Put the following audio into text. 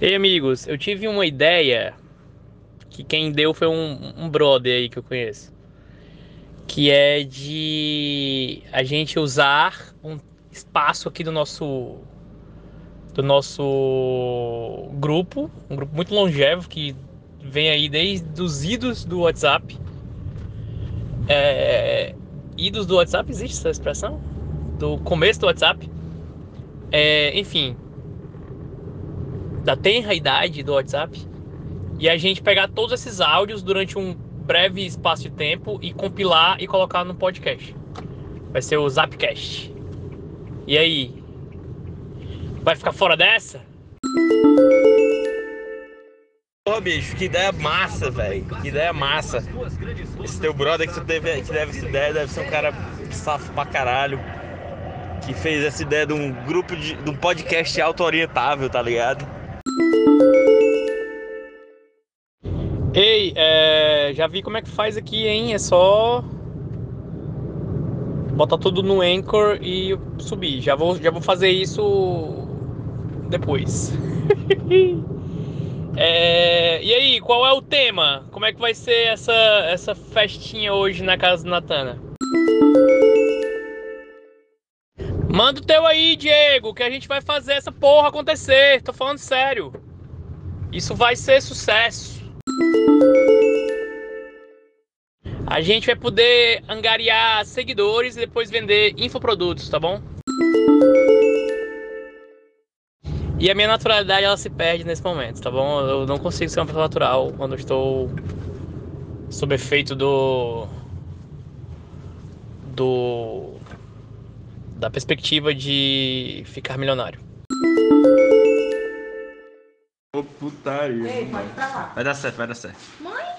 Ei, amigos, eu tive uma ideia que quem deu foi um brother aí que eu conheço, que é de a gente usar um espaço aqui do nosso grupo, um grupo muito longevo que vem aí desde os idos do WhatsApp. Idos do WhatsApp, existe essa expressão? Do começo do WhatsApp. Enfim, da tenra idade do WhatsApp. E a gente pegar todos esses áudios durante um breve espaço de tempo e compilar e colocar no podcast. Vai ser o Zapcast. E aí? Vai ficar fora dessa? Porra, bicho, que ideia massa, velho. Que ideia massa. Esse teu brother que deve essa ideia deve ser um cara safo pra caralho. Que fez essa ideia de um grupo de um podcast auto-orientável, tá ligado? Ei, já vi como é que faz aqui, hein? É só botar tudo no Anchor e subir. Já vou fazer isso depois. E aí, qual é o tema? Como é que vai ser essa festinha hoje na casa do Natana? Manda o teu aí, Diego, que a gente vai fazer essa porra acontecer. Tô falando sério. Isso vai ser sucesso. A gente vai poder angariar seguidores e depois vender infoprodutos, tá bom? E a minha naturalidade, ela se perde nesse momento, tá bom? Eu não consigo ser uma pessoa natural quando eu estou sob efeito do da perspectiva de ficar milionário. Ô, putaria. Ei, pode ir pra lá. Vai dar certo, vai dar certo. Mãe,